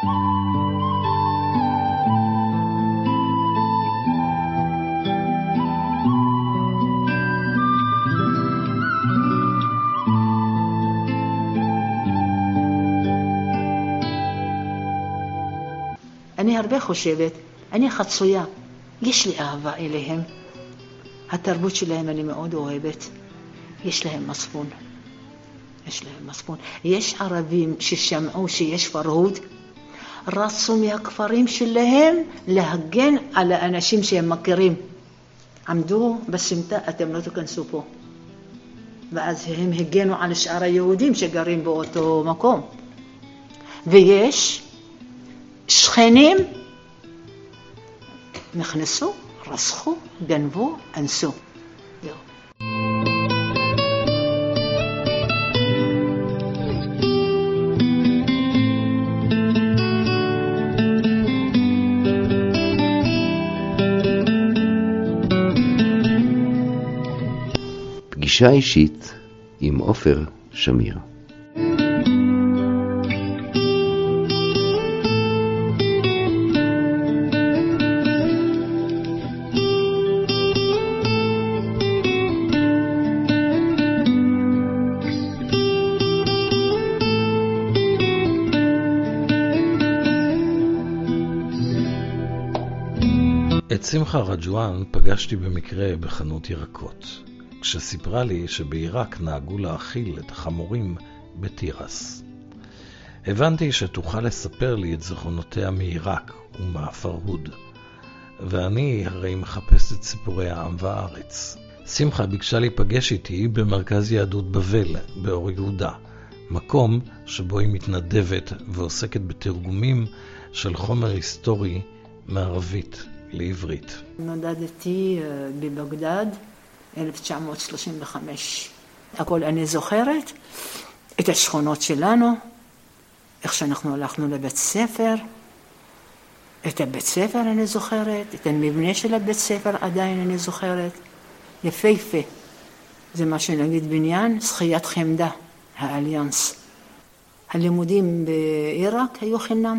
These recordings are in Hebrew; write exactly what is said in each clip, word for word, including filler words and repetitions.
אני הרבה חושבת, אני חצויה, יש לי אהבה אליהם. התרבות שלהם אני מאוד אוהבת. יש להם מצפון. יש להם מצפון. יש ערבים ששמעו שיש פרהוד, רצו מהכפרים שלהם להגן על האנשים שהם מכירים. עמדו בסמטה, אתם לא תכנסו פה. ואז הם הגנו על שאר היהודים שגרים באותו מקום. ויש שכנים נכנסו, רסחו, גנבו, אנסו. זהו. פגישה אישית עם עופר שמיר. את שמחה רג'ואן פגשתי במקרה בחנות ירקות, כשסיפרה לי שבעיראק נהגו להאכיל את החמורים בתירס. הבנתי שתוכל לספר לי את זכרונותיה מעיראק ומהפרהוד, ואני הרי מחפש את סיפורי העם והארץ. שמחה ביקשה להיפגש איתי במרכז יהדות בבל באור יהודה, מקום שבו היא מתנדבת ועוסקת בתרגומים של חומר היסטורי מערבית לעברית. נולדתי בבגדד אלף תשע מאות שלושים וחמש. הכל אני זוכרת, את השכונות שלנו, איך שאנחנו הלכנו לבית ספר, את הבית ספר אני זוכרת, את המבנה של הבית ספר עדיין אני זוכרת, יפהפה. זה מה שנגיד בניין, זכיית חמדה, האליאנס. הלימודים בעיראק היו חינם,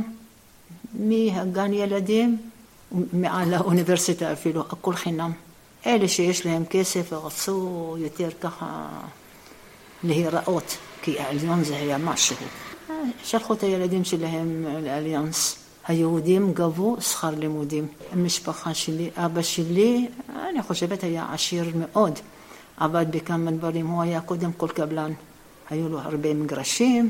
מהגן ילדים, מעל האוניברסיטה אפילו, הכל חינם. אלה שיש להם כסף רצו יותר ככה להיראות, כי האליאנס זה היה משהו. שלחו את הילדים שלהם לאליאנס. היהודים גבו שכר לימודים. המשפחה שלי, אבא שלי, אני חושבת היה עשיר מאוד. עבד בכמה דברים, הוא היה קודם כל קבלן. היו לו הרבה מגרשים,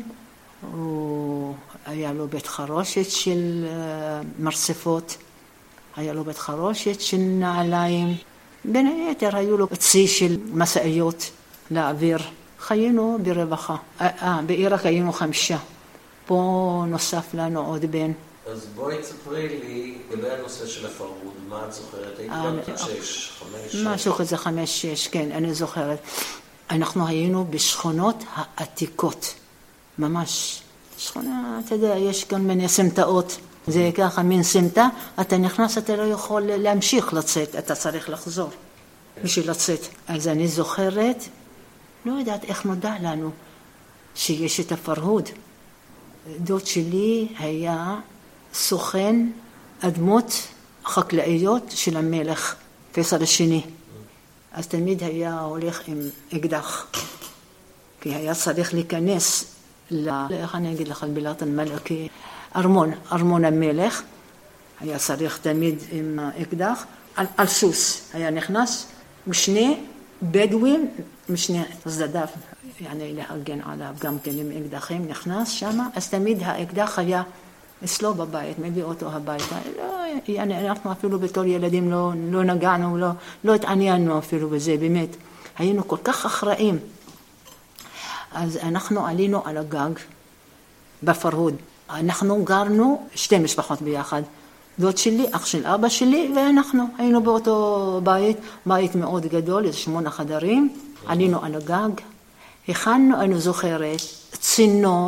הוא היה לו בית חרושת של מרצפות, היה לו בית חרושת של נעליים. בין היתר היו לו צי של מסעיות לאוויר. חיינו ברווחה. אה, בעיראק היינו חמישה. פה נוסף לנו עוד בן. אז בואי תספרי לי לגבי הנושא של הפרהוד, מה את זוכרת? היית גם בת שש, חמש, שש? משהו כזה חמש, שש, כן, אני זוכרת. אנחנו היינו בשכונות העתיקות. ממש. שכונה, אתה יודע, יש כאן מיני סמטאות. זה ככה מין סמטה, אתה נכנס, אתה לא יכול להמשיך לצאת, אתה צריך לחזור בשביל לצאת. אז אני זוכרת, לא יודעת איך נודע לנו שיש את הפרהוד. דוד שלי היה סוכן אדמות חקלאיות של המלך, פייסל השני. אז תמיד היה הולך עם אקדח, כי היה צריך להיכנס ל... איך אני אגיד לך, בלת המלכי, ארמון, ארמון המלך. היה צריך תמיד עם אקדח, על, על סוס היה נכנס, ושני בדואים, משני צדדיו, יעני להגן עליו גם כן עם אקדחים, נכנס שם, אז תמיד האקדח היה אצלו בבית, מביא אותו הביתה. לא, יעני, אנחנו אפילו בתור ילדים לא, לא נגענו, לא, לא התעניינו אפילו בזה, באמת. היינו כל כך אחראים. אז אנחנו עלינו על הגג בפרהוד. אנחנו גרנו שתי משפחות ביחד. דוד שלי, אח של אבא שלי, ואנחנו היינו באותו בית, בית מאוד גדול, איזה שמונה חדרים. עלינו על הגג, הכנו, אני זוכרת, צינור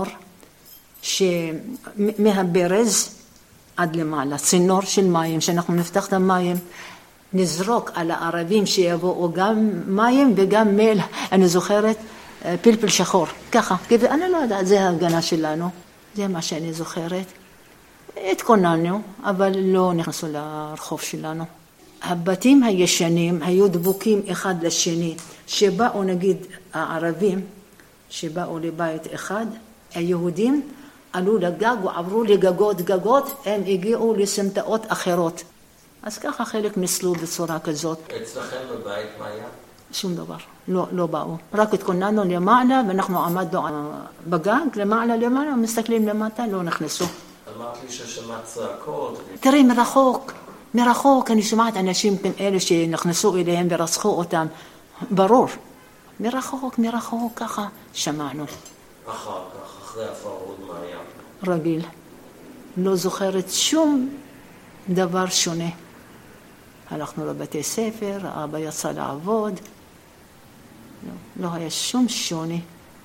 מהברז עד למעלה, צינור של מים, שאנחנו נפתח את המים, נזרוק על הערבים שיבואו גם מים וגם מל, אני זוכרת, פלפל שחור, ככה, ואני לא יודעת, זה ההגנה שלנו, זה מה שאני זוכרת. התכוננו, אבל לא נכנסו לרחוב שלנו. הבתים הישנים היו דבוקים אחד לשני, שבאו נגיד הערבים, שבאו לבית אחד, היהודים עלו לגג ועברו לגגות גגות, הם הגיעו לסמטאות אחרות. אז ככה חלק נסלו בצורה כזאת. אצלכם בבית מה היה? שום דבר, לא, לא באו. רק התכוננו למעלה ואנחנו עמדנו בגג, למעלה למעלה, מסתכלים למטה, לא נכנסו. אמרת לי ששמעת צעקות. תראי, מרחוק, מרחוק, אני שומעת אנשים כאלה שנכנסו אליהם ורצחו אותם, ברור. מרחוק, מרחוק, ככה שמענו. אחר כך, אחרי הפרהוד, מה היה? רגיל. לא זוכרת שום דבר שונה. הלכנו לבתי ספר, האבא יצא לעבוד. לא, לא היה שום שוני.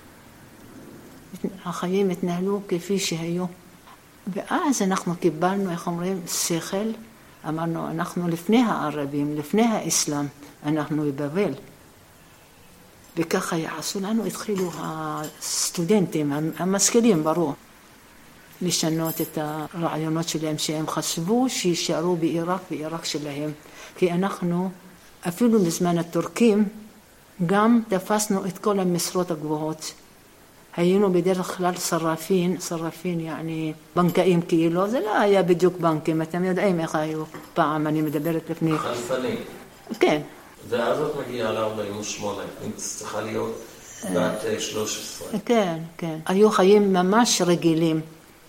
החיים התנהלו כפי שהיו. ואז אנחנו קיבלנו, איך אומרים, שכל. אמרנו, אנחנו לפני הערבים, לפני האסלאם, אנחנו בבבל. וככה יעשו לנו, התחילו הסטודנטים, המשכילים, ברור, לשנות את הרעיונות שלהם שהם חשבו שישארו בעיראק, בעיראק שלהם. כי אנחנו, אפילו בזמן הטורקים, גם תפסנו את כל המשרות הגבוהות. היינו בדרך כלל שרפין, שרפין, יעני, בנקאים כאילו, זה לא היה בדיוק בנקים, אתם יודעים איך היו פעם, אני מדברת לפני... חלפנים. כן. ואז את מגיעה ל-ארבעים ושמונה, אם צריכה להיות בת שלוש עשרה. כן, כן. היו חיים ממש רגילים.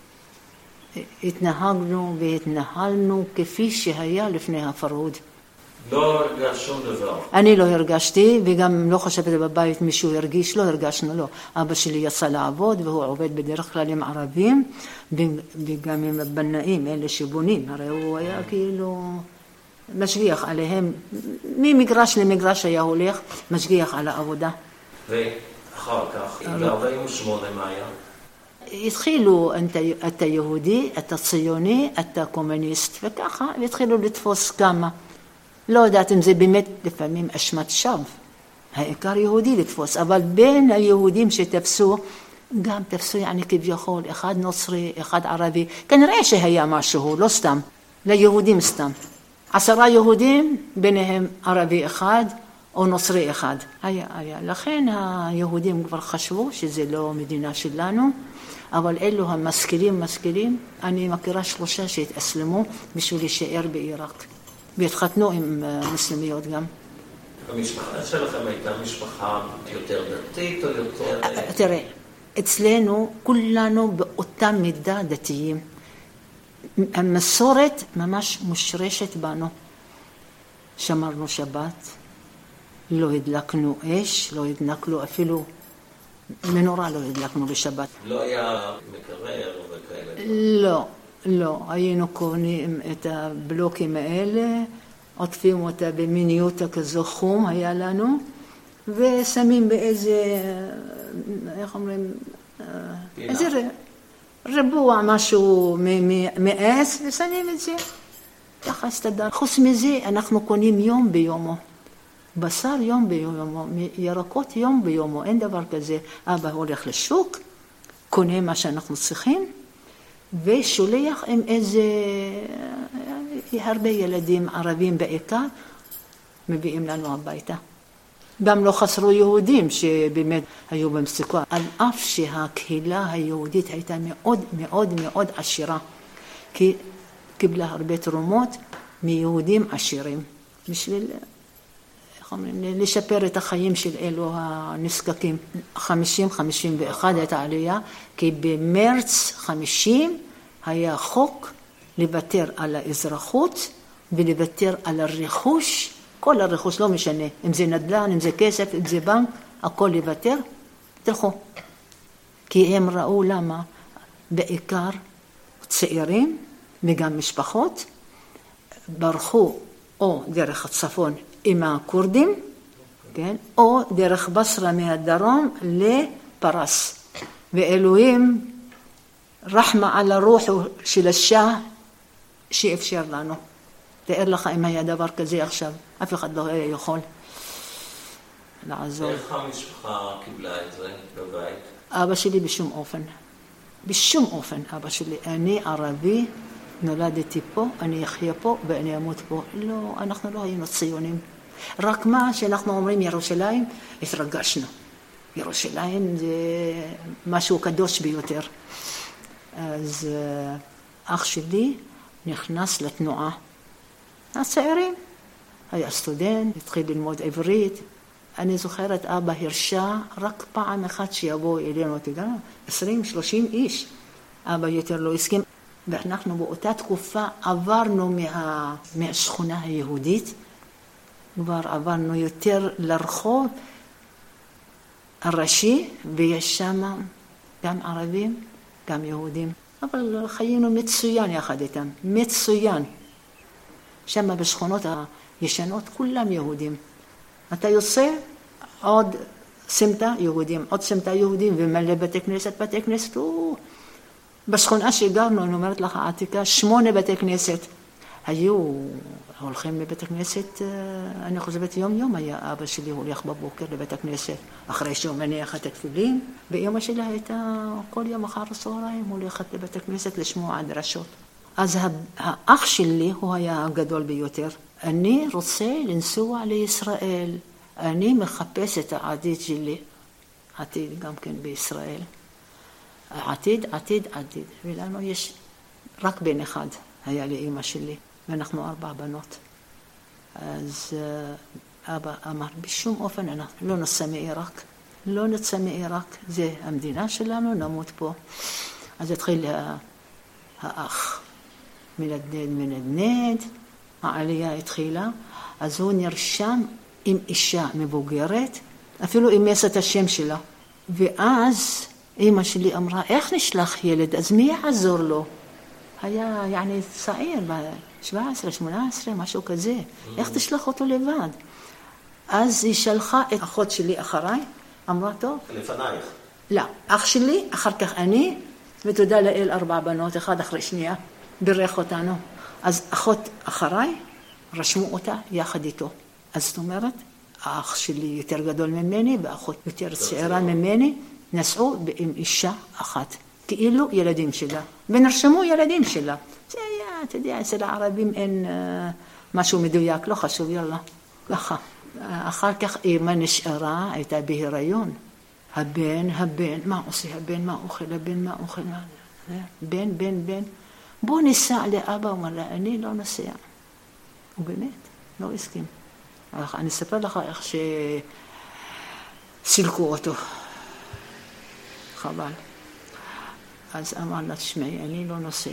התנהגנו והתנהלנו כפי שהיה לפני הפרהוד. לא הרגש שום דבר. אני לא הרגשתי, וגם לא חושבת בבית מישהו הרגיש, לא הרגשנו, לא. אבא שלי יצא לעבוד, והוא עובד בדרך כלל עם ערבים, וגם עם הבנאים, אלה שבונים. הרי הוא היה כאילו משגיח עליהם, ממגרש למגרש היה הולך, משגיח על העבודה. ואחר כך, ב-ארבעים ושמונה מה היה? התחילו, אתה יהודי, אתה ציוני, אתה קומוניסט, וככה, והתחילו לתפוס כמה. לא יודעת אם זה באמת לפעמים אשמת שווא, העיקר יהודי לתפוס, אבל בין היהודים שתפסו, גם תפסו יעני כביכול, אחד נוצרי, אחד ערבי, כנראה שהיה משהו, לא סתם, ליהודים סתם. עשרה יהודים, ביניהם ערבי אחד או נוצרי אחד. היה, היה. לכן היהודים כבר חשבו שזה לא מדינה שלנו, אבל אלו המשכילים, משכילים, אני מכירה שלושה שהתאסלמו בשביל להישאר בעיראק. והתחתנו עם מוסלמיות גם. המשפחה שלכם הייתה משפחה יותר דתית או יותר... תראה, אצלנו כולנו באותה מידה דתיים. המסורת ממש מושרשת בנו. שמרנו שבת, לא הדלקנו אש, לא הדלקנו אפילו מנורה, לא הדלקנו בשבת. לא היה מקרר וכאלה? לא. לא, היינו קונים את הבלוקים האלה, עוטפים אותה במיניוטה כזו חום היה לנו, ושמים באיזה, איך אומרים, איזה רבוע משהו מעץ, ושמים את זה. ככה הסתדר. חוץ מזה, אנחנו קונים יום ביומו. בשר יום ביומו, ירקות יום ביומו, אין דבר כזה. אבא הולך לשוק, קונה מה שאנחנו צריכים, ושולח עם איזה, הרבה ילדים ערבים בעיקר, מביאים לנו הביתה. גם לא חסרו יהודים שבאמת היו במצוקה, על אף שהקהילה היהודית הייתה מאוד מאוד מאוד עשירה, כי קיבלה הרבה תרומות מיהודים עשירים, בשביל איך אומרים, לשפר את החיים של אלו הנזקקים. חמישים חמישים ואחת הייתה עלייה, כי במרץ חמישים היה חוק לוותר על האזרחות ולוותר על הרכוש, כל הרכוש, לא משנה, אם זה נדל"ן, אם זה כסף, אם זה בנק, הכל לוותר, תלכו. כי הם ראו למה בעיקר צעירים וגם משפחות ברחו או דרך הצפון עם הכורדים, כן? או דרך בסרה מהדרום לפרס. ואלוהים רחמה על הרוח של השאה שאפשר לנו. תאר לך אם היה דבר כזה עכשיו, אף אחד לא היה יכול לעזור. איך המשפחה קיבלה את זה בבית? אבא שלי בשום אופן. בשום אופן אבא שלי. אני ערבי, נולדתי פה, אני אחיה פה ואני אמות פה. לא, אנחנו לא היינו ציונים. רק מה שאנחנו אומרים ירושלים, התרגשנו. ירושלים זה משהו קדוש ביותר. אז אח שלי נכנס לתנועה. הצעירים, היה סטודנט, התחיל ללמוד עברית. אני זוכרת, אבא הרשה רק פעם אחת שיבואו אלינו, אתה יודע, עשרים שלושים איש. אבא יותר לא הסכים. ואנחנו באותה תקופה עברנו מה, מהשכונה היהודית, כבר עברנו יותר לרחוב הראשי, ויש שם גם ערבים, גם יהודים. אבל חיינו מצוין יחד איתם, מצוין. שם בשכונות הישנות כולם יהודים. אתה יוצא, עוד סמטה יהודים, עוד סמטה יהודים, ומלא בתי כנסת, בתי כנסת, או... בשכונה שגרנו, אני אומרת לך, עתיקה, שמונה בתי כנסת. היו הולכים לבית הכנסת, אני חושבת יום יום היה אבא שלי הולך בבוקר לבית הכנסת, אחרי שהוא מניח את התפילין, ואמא שלי הייתה כל יום אחר הצהריים הולכת לבית הכנסת לשמוע דרשות. אז האח שלי הוא היה הגדול ביותר. אני רוצה לנסוע לישראל, אני מחפש את העתיד שלי, עתיד גם כן בישראל. עתיד, עתיד, עתיד. ולנו יש רק בן אחד, היה לי אמא שלי, ואנחנו ארבע בנות. אז אבא אמר, בשום אופן אנחנו לא נצא מעיראק, לא נצא מעיראק, זה המדינה שלנו, נמות פה. אז התחיל האח, מנדנד, מנדנד, העלייה התחילה, אז הוא נרשם עם אישה מבוגרת, אפילו אימס את השם שלה. ואז אמא שלי אמרה, איך נשלח ילד? אז מי יעזור לו? היה יעני צעיר, ב-שבע עשרה, שמונה עשרה, משהו כזה. איך תשלח אותו לבד? אז היא שלחה את אחות שלי אחריי, אמרה, טוב. לפנייך? לא, אח שלי, אחר כך אני, ותודה לאל ארבע בנות, אחד אחרי שנייה, בירך אותנו. אז אחות אחריי, רשמו אותה יחד איתו. אז זאת אומרת, האח שלי יותר גדול ממני, ואחות יותר צעירה ממני, נסעו עם אישה אחת, כאילו ילדים שלה, ונרשמו ילדים שלה. זה היה, אתה יודע, אצל הערבים אין אה, משהו מדויק, לא חשוב, יאללה, ככה. אחר כך אמא נשארה, הייתה בהיריון. הבן, הבן, מה עושה הבן, מה אוכל, הבן, מה אוכל, מה... בן, בן, בן. בוא ניסע לאבא, הוא אמר לה, אני לא נוסע. הוא באמת, לא הסכים. אני אספר לך איך שסילקו אותו. חבל. אז אמר לה, תשמעי, אני לא נוסע.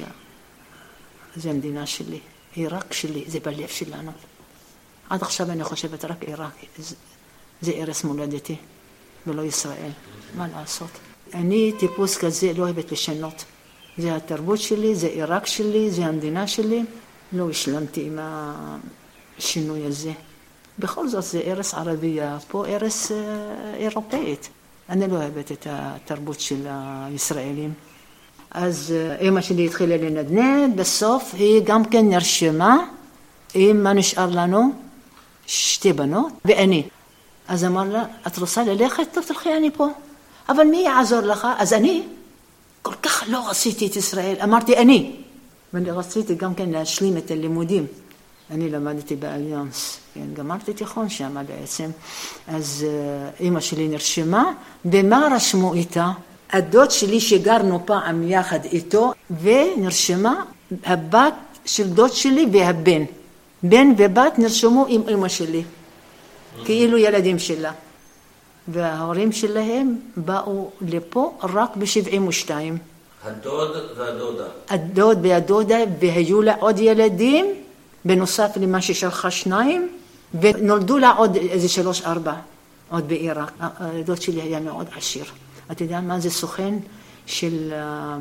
זה המדינה שלי, עיראק שלי, זה בלב שלנו. עד עכשיו אני חושבת רק עיראק, זה, זה ארץ מולדתי, ולא ישראל. מה לעשות? אני טיפוס כזה לא אוהבת לשנות. זה התרבות שלי, זה עיראק שלי, זה המדינה שלי. לא השלמתי עם השינוי הזה. בכל זאת זה ארץ ערבייה, פה ארץ אירופאית. אני לא אוהבת את התרבות של הישראלים. אז אמא שלי התחילה לנדנד, בסוף היא גם כן נרשמה, אמא נשאר לנו שתי בנות ואני. אז אמר לה, את רוצה ללכת? טוב, תלכי, אני פה. אבל מי יעזור לך? אז אני כל כך לא רציתי את ישראל, אמרתי אני. ואני רציתי גם כן להשלים את הלימודים. אני למדתי באליאנס, כן, גמרתי תיכון שם בעצם. אז אמא שלי נרשמה, ומה רשמו איתה? הדוד שלי שגרנו פעם יחד איתו, ונרשמה הבת של דוד שלי והבן. בן ובת נרשמו עם אמא שלי, כאילו ילדים שלה. וההורים שלהם באו לפה רק ב-שבעים ושתיים. הדוד והדודה. הדוד והדודה, והיו לה עוד ילדים, בנוסף למה ששלחה שניים, ונולדו לה עוד איזה שלוש ארבע, עוד בעיראק. הדוד שלי היה מאוד עשיר. אתה יודע מה זה סוכן של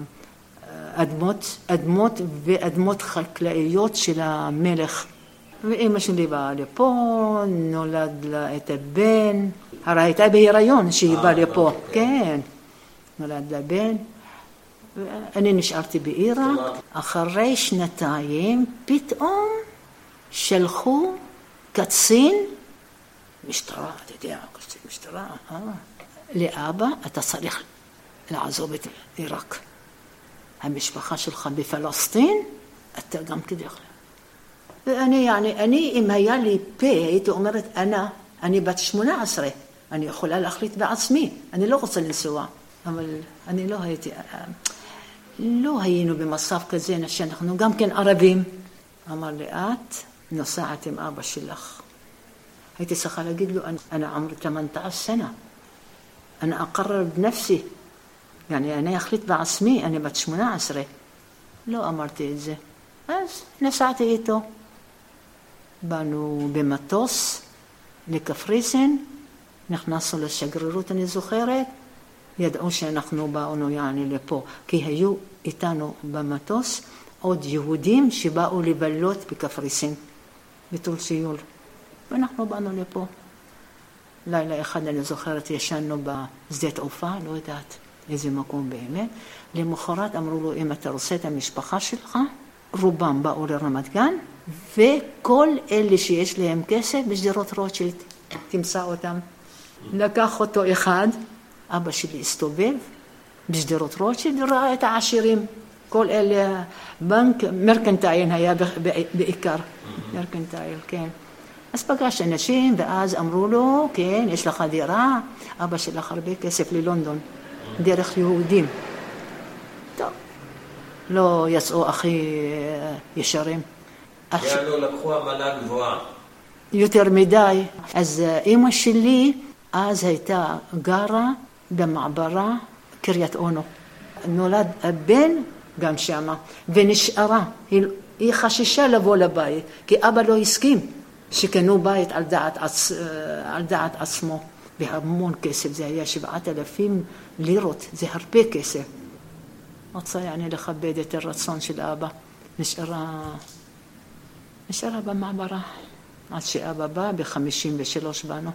אדמות, אדמות ואדמות חקלאיות של המלך. ואמא שלי באה לפה, נולד לה את הבן, הרי הייתה בהיריון שהיא באה לפה, כן, נולד לה בן. אני נשארתי בעיראק, אחרי שנתיים פתאום שלחו קצין, משטרה, אתה יודע, קצין משטרה, אה? לאבא, אתה צריך לעזוב את עיראק. המשפחה שלך בפלסטין, אתה גם כדרך. ואני, אני, אני, אם היה לי פה, הייתי אומרת, אני, אני בת שמונה עשרה, אני יכולה להחליט בעצמי, אני לא רוצה לנסוע, אבל אני לא הייתי, לא היינו במצב כזה, שאנחנו גם כן ערבים. אמר לי, את נוסעת עם אבא שלך. הייתי צריכה להגיד לו, אני עמרי שמונה עשרה שנה, אני אקרר בנפסי, يعني אני אחליט בעצמי, אני בת שמונה עשרה. לא אמרתי את זה. אז נסעתי איתו. באנו במטוס לקפריסין, נכנסנו לשגרירות, אני זוכרת, ידעו שאנחנו באנו יעני לפה, כי היו איתנו במטוס עוד יהודים שבאו לבלות בקפריסין, בטול טיול. ואנחנו באנו לפה. לילה אחד אני זוכרת, ישנו בשדה תעופה, לא יודעת איזה מקום באמת. למחרת אמרו לו, אם אתה רוצה את המשפחה שלך, רובם באו לרמת גן, וכל אלה שיש להם כסף בשדרות רוטשילד, תמצא אותם. לקח אותו אחד, אבא שלי הסתובב בשדרות רוטשילד, ראה את העשירים. כל אלה, בנק מרקנטייל היה בעיקר, מרקנטייל, כן. אז פגש אנשים, ואז אמרו לו, כן, יש לך דירה, אבא שלך הרבה כסף ללונדון, דרך יהודים. טוב, לא יצאו הכי ישרים. יענו, לקחו עמלה גבוהה. יותר מדי. אז אמא שלי אז הייתה גרה במעברה קריית אונו. נולד הבן גם שמה, ונשארה. היא, היא חששה לבוא לבית, כי אבא לא הסכים שקנו בית על דעת, עצ... על דעת עצמו. בהמון כסף, זה היה שבעת אלפים לירות, זה הרבה כסף. רצה יעני לכבד את הרצון של אבא. נשארה, נשארה במעברה. עד שאבא בא, ב-חמישים ושלוש באנו.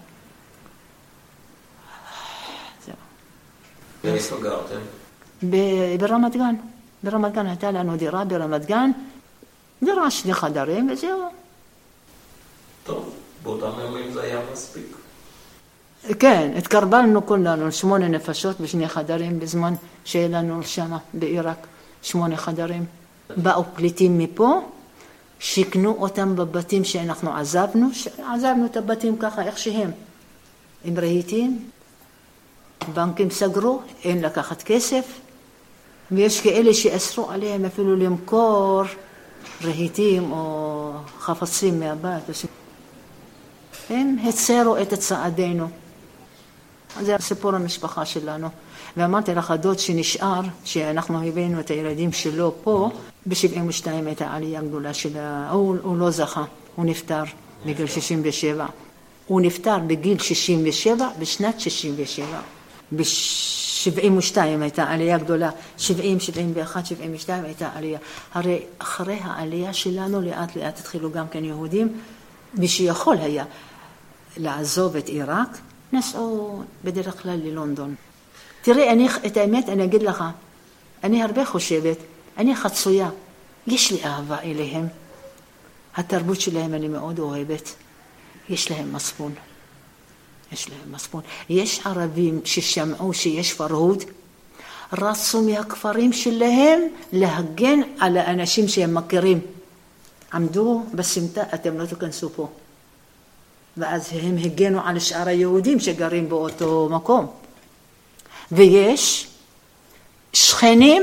זהו. ואיפה גרתם? ברמת גן. ברמת גן הייתה לנו דירה ברמת גן, דירה שני חדרים וזהו. טוב, באותם ימים זה היה מספיק. כן, התקרבלנו כולנו, שמונה נפשות בשני חדרים בזמן שהיה לנו שם בעיראק, שמונה חדרים. באו פליטים מפה, שיקנו אותם בבתים שאנחנו עזבנו, עזבנו את הבתים ככה איך שהם. עם רהיטים, בנקים סגרו, אין לקחת כסף, ויש כאלה שאסרו עליהם אפילו למכור רהיטים או חפצים מהבית. הם הצרו את צעדינו. זה סיפור המשפחה שלנו. ואמרתי לך, הדוד שנשאר, שאנחנו הבאנו את הילדים שלו פה, ב-שבעים ושתיים הייתה העלייה הגדולה שלה, הוא, הוא לא זכה, הוא נפטר בגיל שישים ושבע. הוא נפטר בגיל שישים ושבע, בשנת שישים ושבע. ב-שבעים ושתיים הייתה עלייה גדולה, שבעים, שבעים ואחת, שבעים ושתיים הייתה עלייה. הרי אחרי העלייה שלנו, לאט לאט התחילו גם כן יהודים, מי שיכול היה לעזוב את עיראק, נסעו בדרך כלל ללונדון. תראי, אני, את האמת אני אגיד לך, אני הרבה חושבת, אני חצויה, יש לי אהבה אליהם. התרבות שלהם אני מאוד אוהבת. יש להם מספון. יש להם מספון. יש ערבים ששמעו שיש פרהוד, רצו מהכפרים שלהם להגן על האנשים שהם מכירים. עמדו בסמטה, אתם לא תכנסו פה. ואז הם הגנו על שאר היהודים שגרים באותו מקום. ויש שכנים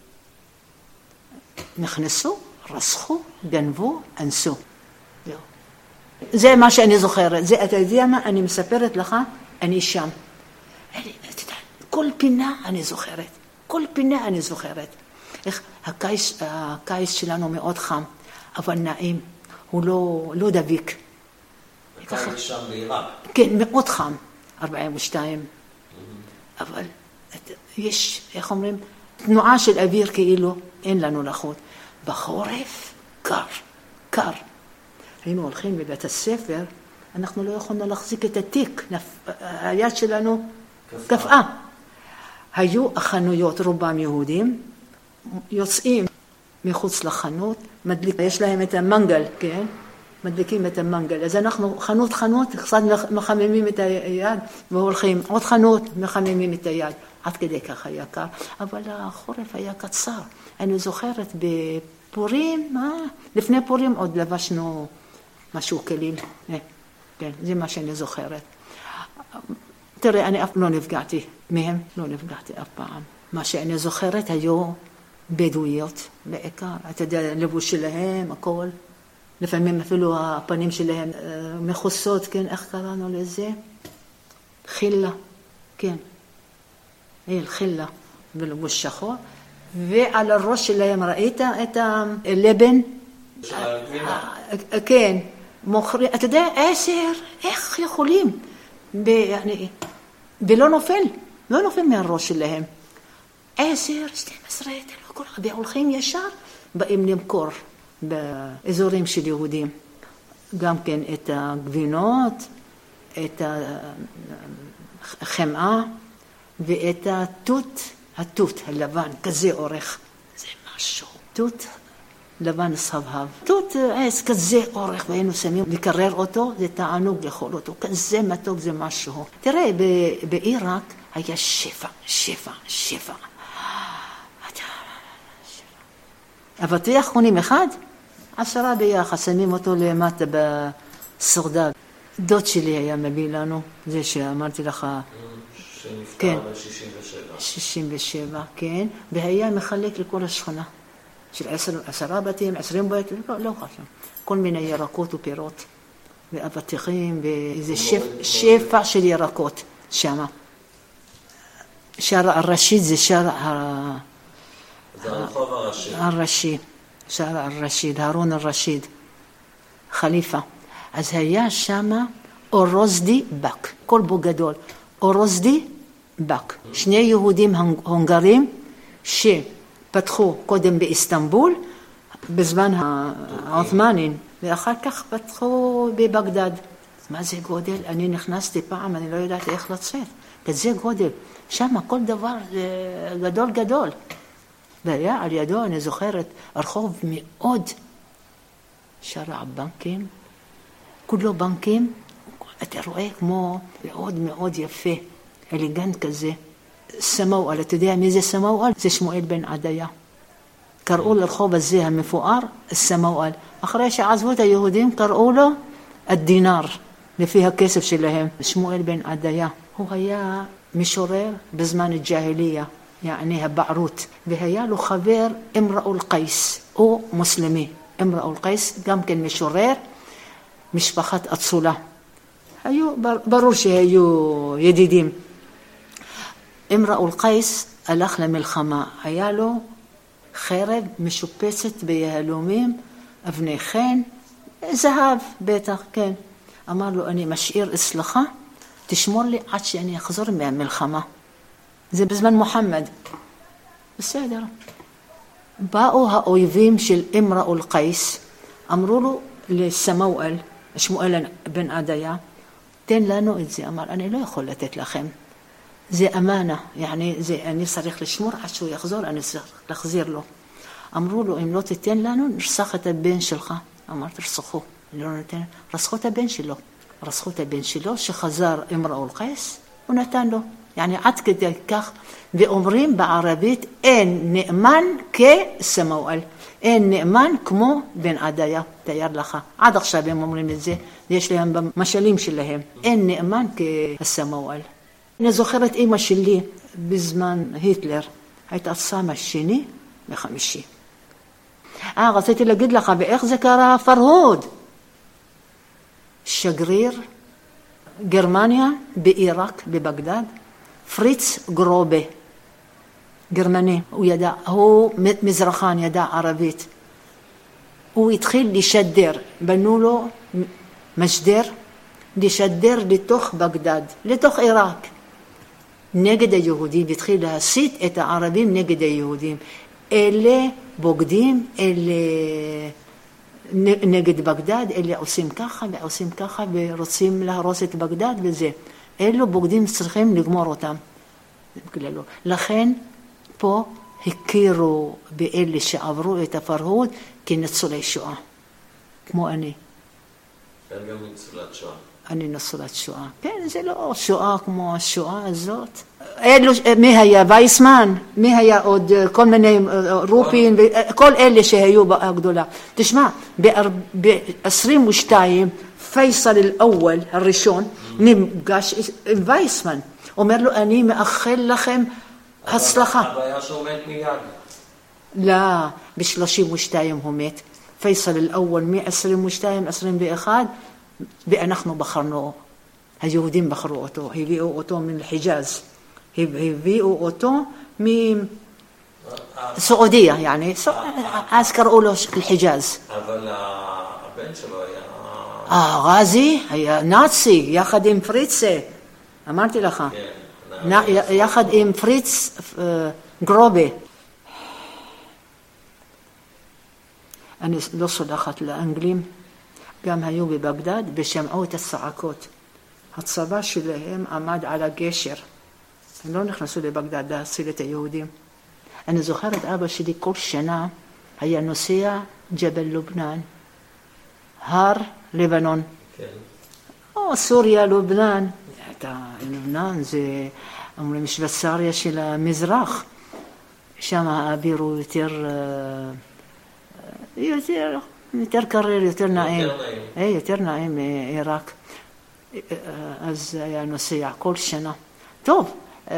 נכנסו, רסחו, גנבו, אנסו. זה מה שאני זוכרת. זה, אתה יודע מה? אני מספרת לך, אני שם. אני, אתה יודע, כל פינה אני זוכרת. כל פינה אני זוכרת. איך הקיץ, הקיץ שלנו מאוד חם, אבל נעים. הוא לא, לא דביק. הקיץ שם בעיראק. כן, מאוד חם. ארבעים ושתיים. אבל יש, איך אומרים, תנועה של אוויר כאילו, אין לנו לחות. בחורף, קר, קר. היינו הולכים בבית הספר, אנחנו לא יכולנו להחזיק את התיק, היד שלנו קפאה. היו החנויות, רובם יהודים, יוצאים מחוץ לחנות, מדליק, יש להם את המנגל, כן? מדליקים את המנגל. אז אנחנו חנות חנות, קצת מחממים את היד, והולכים עוד חנות, מחממים את היד. עד כדי כך היה קר, אבל החורף היה קצר. אני זוכרת פורים, מה? לפני פורים עוד לבשנו משהו כליל. כן, זה מה שאני זוכרת. תראה, אני אף לא נפגעתי מהם, לא נפגעתי אף פעם. מה שאני זוכרת היו בדואיות בעיקר. אתה יודע, לבוש שלהם, הכל. לפעמים אפילו הפנים שלהם מכוסות, כן, איך קראנו לזה? חילה, כן. אל חילה, בלבוש שחור. ועל הראש שלהם ראית את הלבן? כן, מוכרים, אתה יודע, עשר, איך יכולים? ולא נופל, לא נופל מהראש שלהם. עשר, שתים עשרה, והולכים ישר, באים למכור באזורים של יהודים. גם כן את הגבינות, את החמאה ואת התות, התות הלבן, כזה אורך. זה משהו. תות לבן סבהב. תות עץ כזה אורך, והיינו שמים לקרר אותו, זה תענוג לאכול אותו. כזה מתוק זה משהו. תראה, בעיראק היה שפע, שפע, שפע. אבטיח קונים אחד, עשרה ביחד, שמים אותו למטה בסעודה. דוד שלי היה מביא לנו, זה שאמרתי לך, שנפטר ב-שישים ושבע. שישים ושבע, כן, והיה מחלק לכל השכונה, של עשר, עשרה בתים, עשרים בתים, לא, לא חשוב, כל מיני ירקות ופירות, ואבטיחים, ואיזה שפע, שפע של ירקות שמה. שער הרשיד זה שער ה... זה הרחוב הראשי. הראשי, שער הרשיד, הרון הרשיד, חליפה. אז היה שמה אורוזדי בק, כל בו גדול, אורוזדי בק. שני יהודים הונגרים שפתחו קודם באיסטנבול, בזמן העות'מאנים, ואחר כך פתחו בבגדד. מה זה גודל? אני נכנסתי פעם, אני לא יודעת איך לצאת. כזה גודל. שמה כל דבר גדול גדול. והיה על ידו, אני זוכרת, הרחוב מאוד שרע בנקים, כולו בנקים, אתה רואה כמו מאוד מאוד יפה, אליגנט כזה, סמואל, אתה יודע מי זה סמואל? זה שמואל בן עדיה. קראו לרחוב הזה המפואר, סמואל. אחרי שעזבו את היהודים, קראו לו הדינר, לפי הכסף שלהם, שמואל בן עדיה. הוא היה משורר בזמן הג'אהליה. יעני הבערות, והיה לו חבר אמראו אל-קייס, הוא מוסלמי, אמראו אל-קייס, גם כן משורר, משפחת אצולה. היו, ברור שהיו ידידים. אמראו אל-קייס הלך למלחמה, היה לו חרב משופצת ביהלומים, אבני חן, זהב בטח, כן. אמר לו, אני משאיר אצלך, תשמור לי עד שאני אחזור מהמלחמה. זה בזמן מוחמד. בסדר. באו האויבים של אמראו אל-קייס, אמרו לו לסמואל, שמואל בן עדיה, תן לנו את זה. אמר, אני לא יכול לתת לכם. זה אמנה, يعني זה, אני צריך לשמור עד שהוא יחזור, אני צריך להחזיר לו. אמרו לו, אם לא תיתן לנו, נרצח את הבן שלך. אמר, תרצחו. לא נתן, רצחו את הבן שלו. רצחו את הבן שלו, שחזר אמראו אל-קייס, הוא נתן לו. يعني עד כדי כך, ואומרים בערבית, אין נאמן כסמואל, אין נאמן כמו בן עדיה, תייר לך. עד עכשיו הם אומרים את זה, יש להם במשלים שלהם, אין נאמן כסמואל. אני זוכרת אמא שלי בזמן היטלר, הייתה שמה שני וחמישי. אה, רציתי להגיד לך, ואיך זה קרה? פרהוד, שגריר גרמניה בעיראק, בבגדד, פריץ גרובה, גרמני, הוא ידע, הוא מזרחן, ידע ערבית. הוא התחיל לשדר, בנו לו משדר, לשדר לתוך בגדד, לתוך עיראק, נגד היהודים, התחיל להסית את הערבים נגד היהודים. אלה בוגדים, אלה נגד בגדד, אלה עושים ככה ועושים ככה ורוצים להרוס את בגדד וזה. אלו בוגדים צריכים לגמור אותם. לכן פה הכירו באלה שעברו את הפרהוד כניצולי שואה, כמו אני. הם גם ניצולת שואה. אני ניצולת שואה. כן, זה לא שואה כמו השואה הזאת. אלו, מי היה? וייסמן? מי היה עוד? כל מיני רופין, כל אלה שהיו בגדולה. תשמע, ב-עשרים ושתיים, פייסל אל-אול, הראשון, נפגש עם וייסמן. אומר לו, אני מאחל לכם הצלחה. אבל היה שעומד מיד. לא, ב-שלושים ושתיים הוא מת. פייסל אל-אול מ-עשרים ושתיים, עשרים ואחת, ואנחנו בחרנו, היהודים בחרו אותו, הביאו אותו מן אל-חיג'אז. הביאו אותו מסעודיה, يعني, אז קראו לו אל-חיג'אז. אבל הבן שלו היה... אה, גזי, היה נאצי, יחד עם פריצה, אמרתי לך, יחד עם פריץ גרובה. אני לא סולחת לאנגלים, גם היו בבגדד ושמעו את הצעקות. הצבא שלהם עמד על הגשר. הם לא נכנסו לבגדד להציל את היהודים. אני זוכרת אבא שלי כל שנה היה נוסע ג'בל לובנן, הר לבנון. כן. או סוריה, לובנן. לובנן זה אומרים שוויצריה של המזרח. שם האוויר הוא יותר, יותר, יותר קריר, יותר נעים. יותר נעים. יותר נעים מעיראק. אז היה נוסע כל שנה. טוב.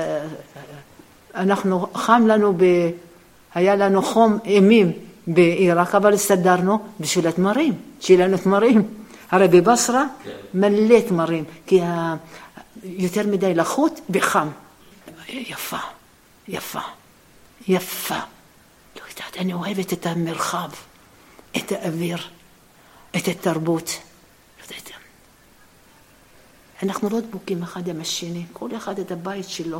אנחנו חם לנו, ב... היה לנו חום אימים בעיראק, אבל הסתדרנו בשביל התמרים, שיהיה לנו תמרים. הרי בבסרה מלא תמרים, כי ה... יותר מדי לחות וחם. יפה, יפה, יפה. לא יודעת, אני אוהבת את המרחב, את האוויר, את התרבות. לא יודעת. אנחנו לא דבוקים אחד עם השני, כל אחד את הבית שלו.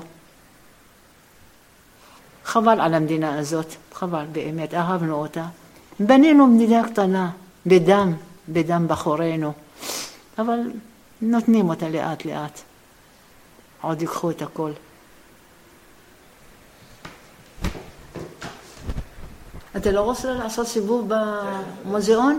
חבל על המדינה הזאת, חבל באמת, אהבנו אותה. בנינו מדינה קטנה, בדם, בדם בחורנו, אבל נותנים אותה לאט לאט. עוד ייקחו את הכל. אתה לא רוצה לעשות סיבוב במוזיאון?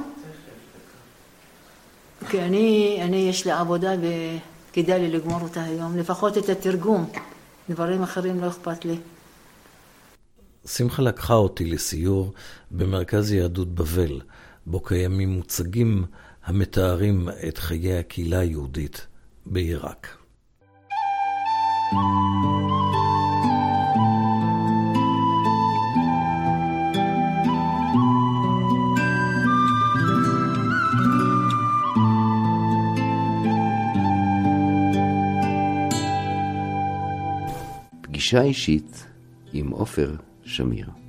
כי אני, אני יש לי עבודה וכדאי לי לגמור אותה היום, לפחות את התרגום. דברים אחרים לא אכפת לי. שמחה לקחה אותי לסיור במרכז יהדות בבל, בו קיימים מוצגים המתארים את חיי הקהילה היהודית בעיראק. פגישה אישית עם עופר שמיר.